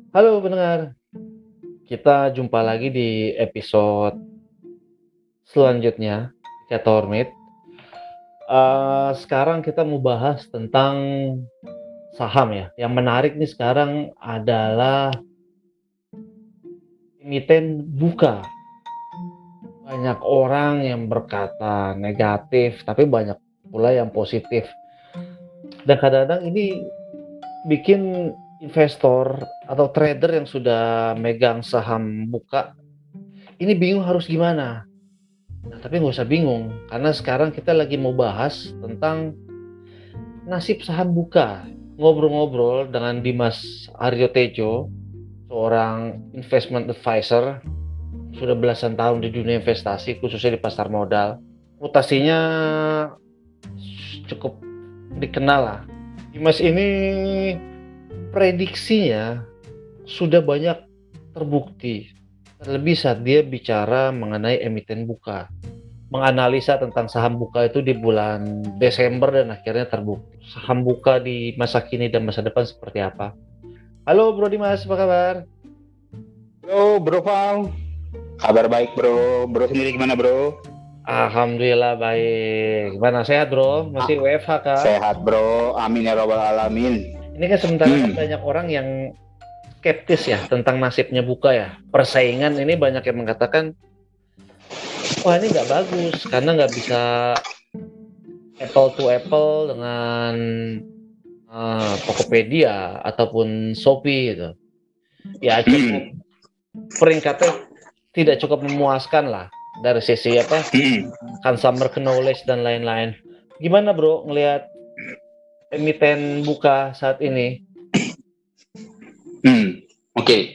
Halo pendengar, kita jumpa lagi di episode selanjutnya Cator Meet. Sekarang kita mau bahas tentang saham ya. Yang menarik nih sekarang adalah emiten buka. Banyak orang yang berkata negatif, tapi banyak pula yang positif. Dan kadang-kadang ini bikin investor atau trader yang sudah megang saham buka ini bingung harus gimana. Nah, tapi nggak usah bingung, karena sekarang kita lagi mau bahas tentang nasib saham buka. Ngobrol-ngobrol dengan Dimas Aryo Tejo, seorang investment advisor, sudah belasan tahun di dunia investasi, khususnya di pasar modal. Reputasinya cukup dikenal lah. Dimas ini prediksinya sudah banyak terbukti, terlebih saat dia bicara mengenai emiten buka. Menganalisa tentang saham buka itu di bulan Desember dan akhirnya terbukti. Saham buka di masa kini dan masa depan seperti apa? Halo Bro Dimas, apa kabar? Halo Bro Val, kabar baik Bro. Bro sendiri gimana Bro? Alhamdulillah baik. Gimana sehat Bro? Masih WFH kah? Sehat Bro, amin ya robbal alamin. Ini kan sementara kan banyak orang yang skeptis ya tentang nasibnya buka ya. Persaingan ini banyak yang mengatakan, wah ini nggak bagus karena nggak bisa apple to apple dengan Tokopedia ataupun Shopee gitu. Ya cukup peringkatnya tidak cukup memuaskan lah dari sisi consumer knowledge dan lain-lain. Gimana bro ngelihat emiten buka saat ini? Oke.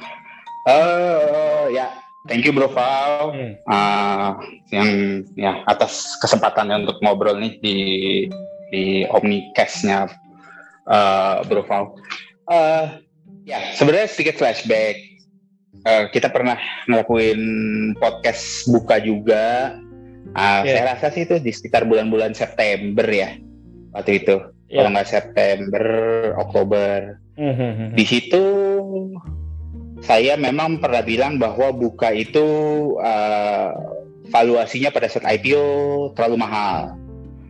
Ya, thank you Bro Val. Yang ya atas kesempatannya untuk ngobrol nih di Omnicast-nya Bro Val. Ya, sebenarnya sedikit flashback. Kita pernah ngelakuin podcast buka juga. Saya rasa sih itu di sekitar bulan-bulan September ya waktu itu. Kalau nggak September, Oktober. Di situ saya memang pernah bilang bahwa buka itu valuasinya pada saat IPO terlalu mahal.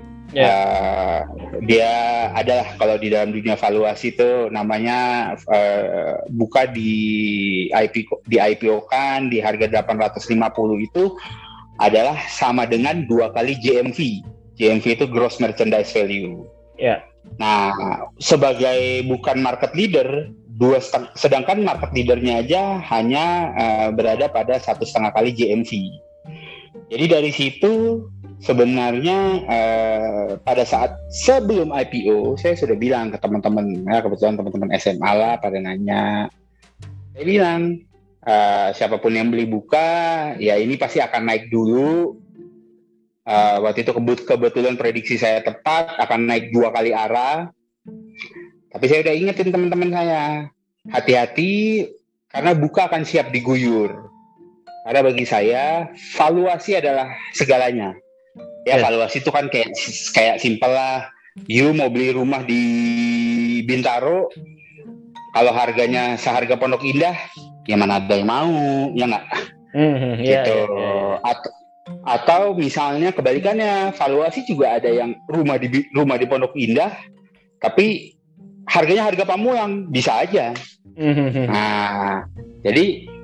Dia adalah kalau di dalam dunia valuasi itu namanya buka di IPO-kan di harga 850 itu adalah sama dengan 2 kali GMV. GMV itu gross merchandise value. Nah, sebagai bukan market leader, sedangkan market leadernya aja hanya berada pada 1,5 kali GMV. Jadi dari situ sebenarnya pada saat sebelum IPO saya sudah bilang ke teman-teman, ya kebetulan teman-teman SMA lah pada nanya, saya bilang siapapun yang beli buka ya ini pasti akan naik dulu. Waktu itu kebetulan prediksi saya tepat, akan naik 2 kali arah. Tapi saya udah ingetin teman-teman saya, hati-hati karena buka akan siap diguyur. Karena bagi saya valuasi adalah segalanya. Ya valuasi itu kan kayak simpel lah. You mau beli rumah di Bintaro, kalau harganya seharga Pondok Indah, ya mana ada yang mau, ya nggak? Gitu. Atau misalnya kebalikannya, valuasi juga ada yang rumah di Pondok Indah, tapi harganya harga Pamulang, bisa aja. Nah, jadi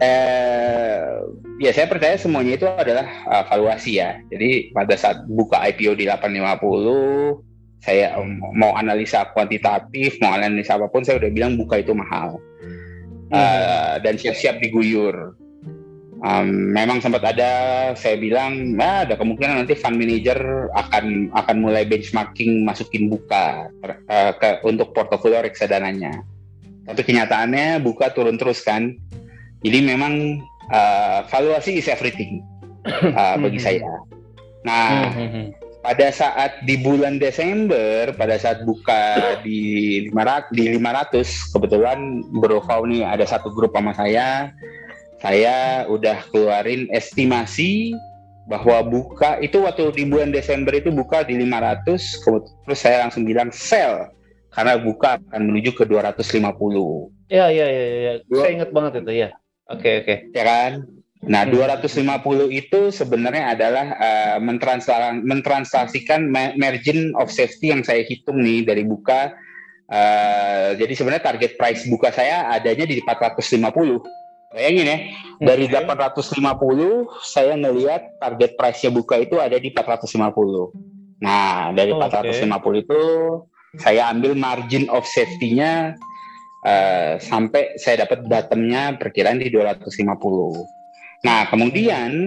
ya saya percaya semuanya itu adalah valuasi ya. Jadi pada saat buka IPO di 850, saya mau analisa kuantitatif, mau analisa apapun, saya udah bilang buka itu mahal. Dan siap-siap diguyur. Memang sempat ada saya bilang ada kemungkinan nanti fund manager akan mulai benchmarking masukin buka untuk portofolio reksadananya. Tapi kenyataannya buka turun terus kan. Jadi memang valuasi is everything bagi saya. Nah, pada saat di bulan Desember, pada saat buka di 500, kebetulan Bro Fau nih ada satu grup sama saya udah keluarin estimasi bahwa buka itu waktu di bulan Desember itu buka di 500, terus saya langsung bilang sell karena buka akan menuju ke 250. Ya. Saya ingat banget itu ya. Oke. Ya kan? Nah, 250 itu sebenarnya adalah mentranslasikan margin of safety yang saya hitung nih dari buka. Jadi sebenarnya target price buka saya adanya di 450. Bayangin ya, dari 850 saya ngelihat target price-nya buka itu ada di 450. Nah, dari 450 itu saya ambil margin of safety-nya sampai saya dapat bottom-nya perkiraan di 250. Nah, kemudian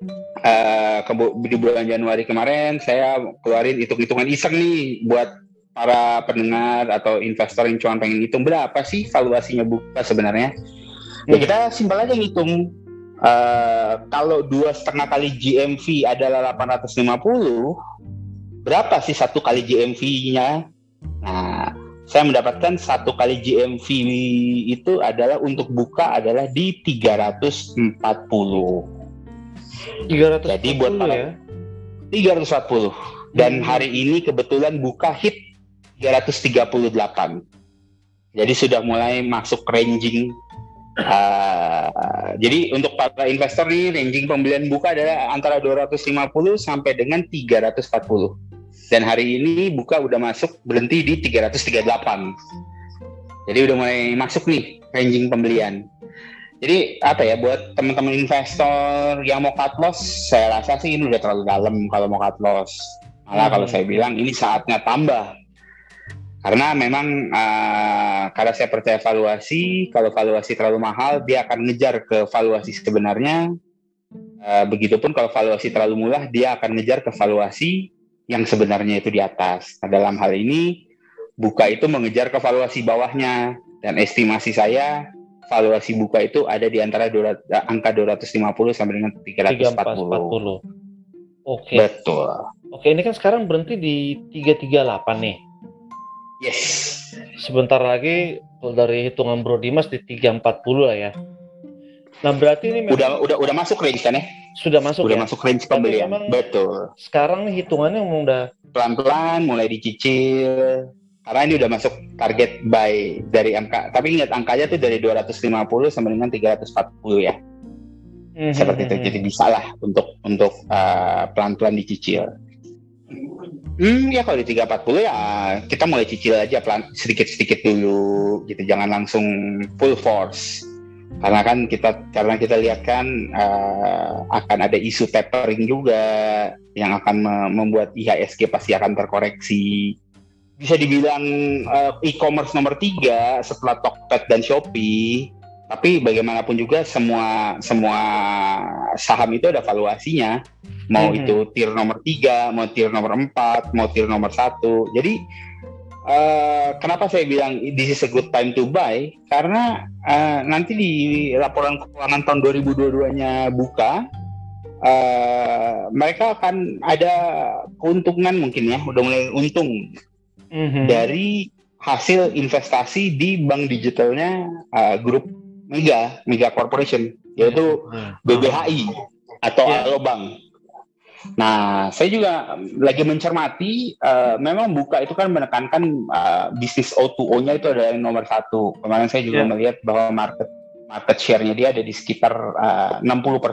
di bulan Januari kemarin saya keluarin hitung-hitungan iseng nih buat para pendengar atau investor yang cuma pengen hitung berapa sih valuasinya buka sebenarnya. Ya kita simpel aja ngitung. Kalau 2,5 kali GMV adalah 850, berapa sih 1 kali GMV-nya? Nah, saya mendapatkan 1 kali GMV itu adalah untuk buka adalah di 340. Jadi buat para 340. Dan hari ini kebetulan buka hit 338. Jadi sudah mulai masuk ranging. Jadi untuk para investor nih, ranging pembelian buka adalah antara 250 sampai dengan 340. Dan hari ini buka udah masuk berhenti di 338. Jadi udah mulai masuk nih ranging pembelian. Jadi apa ya, buat teman-teman investor yang mau cut loss, saya rasa sih ini udah terlalu dalam kalau mau cut loss. Malah kalau saya bilang ini saatnya tambah. Karena memang karena saya percaya valuasi, kalau valuasi terlalu mahal dia akan ngejar ke valuasi sebenarnya. Begitupun kalau valuasi terlalu murah dia akan ngejar ke valuasi yang sebenarnya itu di atas. Nah, dalam hal ini buka itu mengejar ke valuasi bawahnya, dan estimasi saya valuasi buka itu ada di antara angka 250 sampai dengan 340. Oke. Betul. Oke, ini kan sekarang berhenti di 338 nih. Yes. Sebentar lagi kalau dari hitungan Bro Dimas di 340 lah ya. Nah, berarti ini memang udah masuk range kan ya? Sudah masuk ya? Masuk range pembelian. Betul. Sekarang nih hitungannya memang udah pelan-pelan mulai dicicil. Karena ini udah masuk target buy dari angka. Tapi ingat angkanya tuh dari 250 sampai dengan 340 ya. Seperti itu. Jadi bisa lah untuk pelan-pelan dicicil. Ya kalau di 340 ya kita mulai cicil aja sedikit-sedikit dulu gitu, jangan langsung full force. Karena kita lihat kan akan ada isu tapering juga yang akan membuat IHSG pasti akan terkoreksi. Bisa dibilang e-commerce nomor 3 setelah Tokped dan Shopee. Tapi bagaimanapun juga semua saham itu ada valuasinya. Mau itu tier nomor 3, mau tier nomor 4, mau tier nomor 1. Jadi kenapa saya bilang this is a good time to buy? Karena nanti di laporan keuangan tahun 2022-nya buka, mereka akan ada keuntungan mungkin ya, udah mulai untung dari hasil investasi di bank digitalnya grup Mega Corporation, yaitu BBHI atau Alobank. Nah, saya juga lagi mencermati, memang buka itu kan menekankan bisnis O2O-nya itu adalah yang nomor 1. Kemarin saya juga melihat bahwa market share-nya dia ada di sekitar 60%,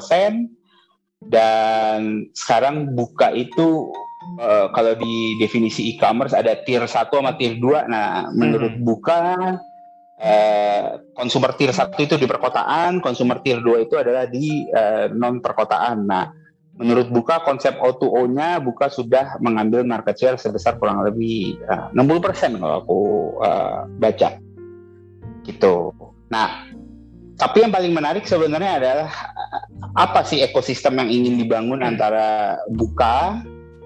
dan sekarang buka itu kalau di definisi e-commerce ada tier 1 sama tier 2. Nah, menurut buka konsumer tier 1 itu di perkotaan, konsumer tier 2 itu adalah di non perkotaan. Nah, menurut buka konsep O2O-nya buka sudah mengambil market share sebesar kurang lebih 60% kalau aku baca gitu. Nah, tapi yang paling menarik sebenarnya adalah apa sih ekosistem yang ingin dibangun antara buka,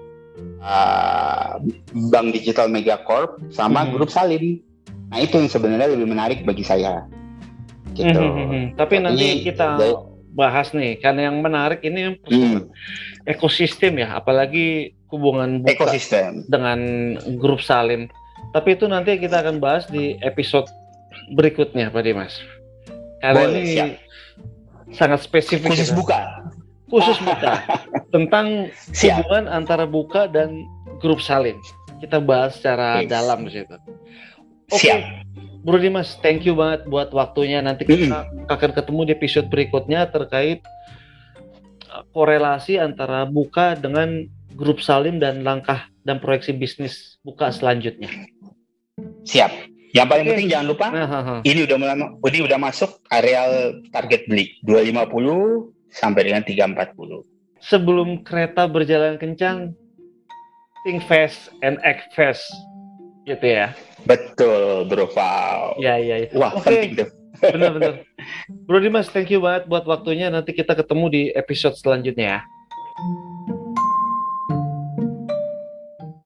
Bank Digital Megacorp sama Grup Salim. Nah, itu yang sebenarnya lebih menarik bagi saya gitu. Tapi nanti kita bahas nih, karena yang menarik ini ekosistem ya, apalagi hubungan buka ekosistem dengan Grup Salim. Tapi itu nanti kita akan bahas di episode berikutnya, Pak Dimas. Karena ini sangat spesifik. Khusus buka tentang hubungan antara buka dan Grup Salim. Kita bahas secara dalam di situ. Oke, Siap. Bro Dimas, thank you banget buat waktunya. Nanti kita akan ketemu di episode berikutnya terkait korelasi antara Buka dengan Grup Salim dan langkah dan proyeksi bisnis Buka selanjutnya. Siap. Yang paling penting jangan lupa, ini udah masuk areal target beli 250 sampai dengan 340. Sebelum kereta berjalan kencang, think fast and act fast, gitu ya. Betul, Bro Val. Ya. Wah, penting tuh. Benar. Bro Dimas, thank you banget buat waktunya. Nanti kita ketemu di episode selanjutnya ya.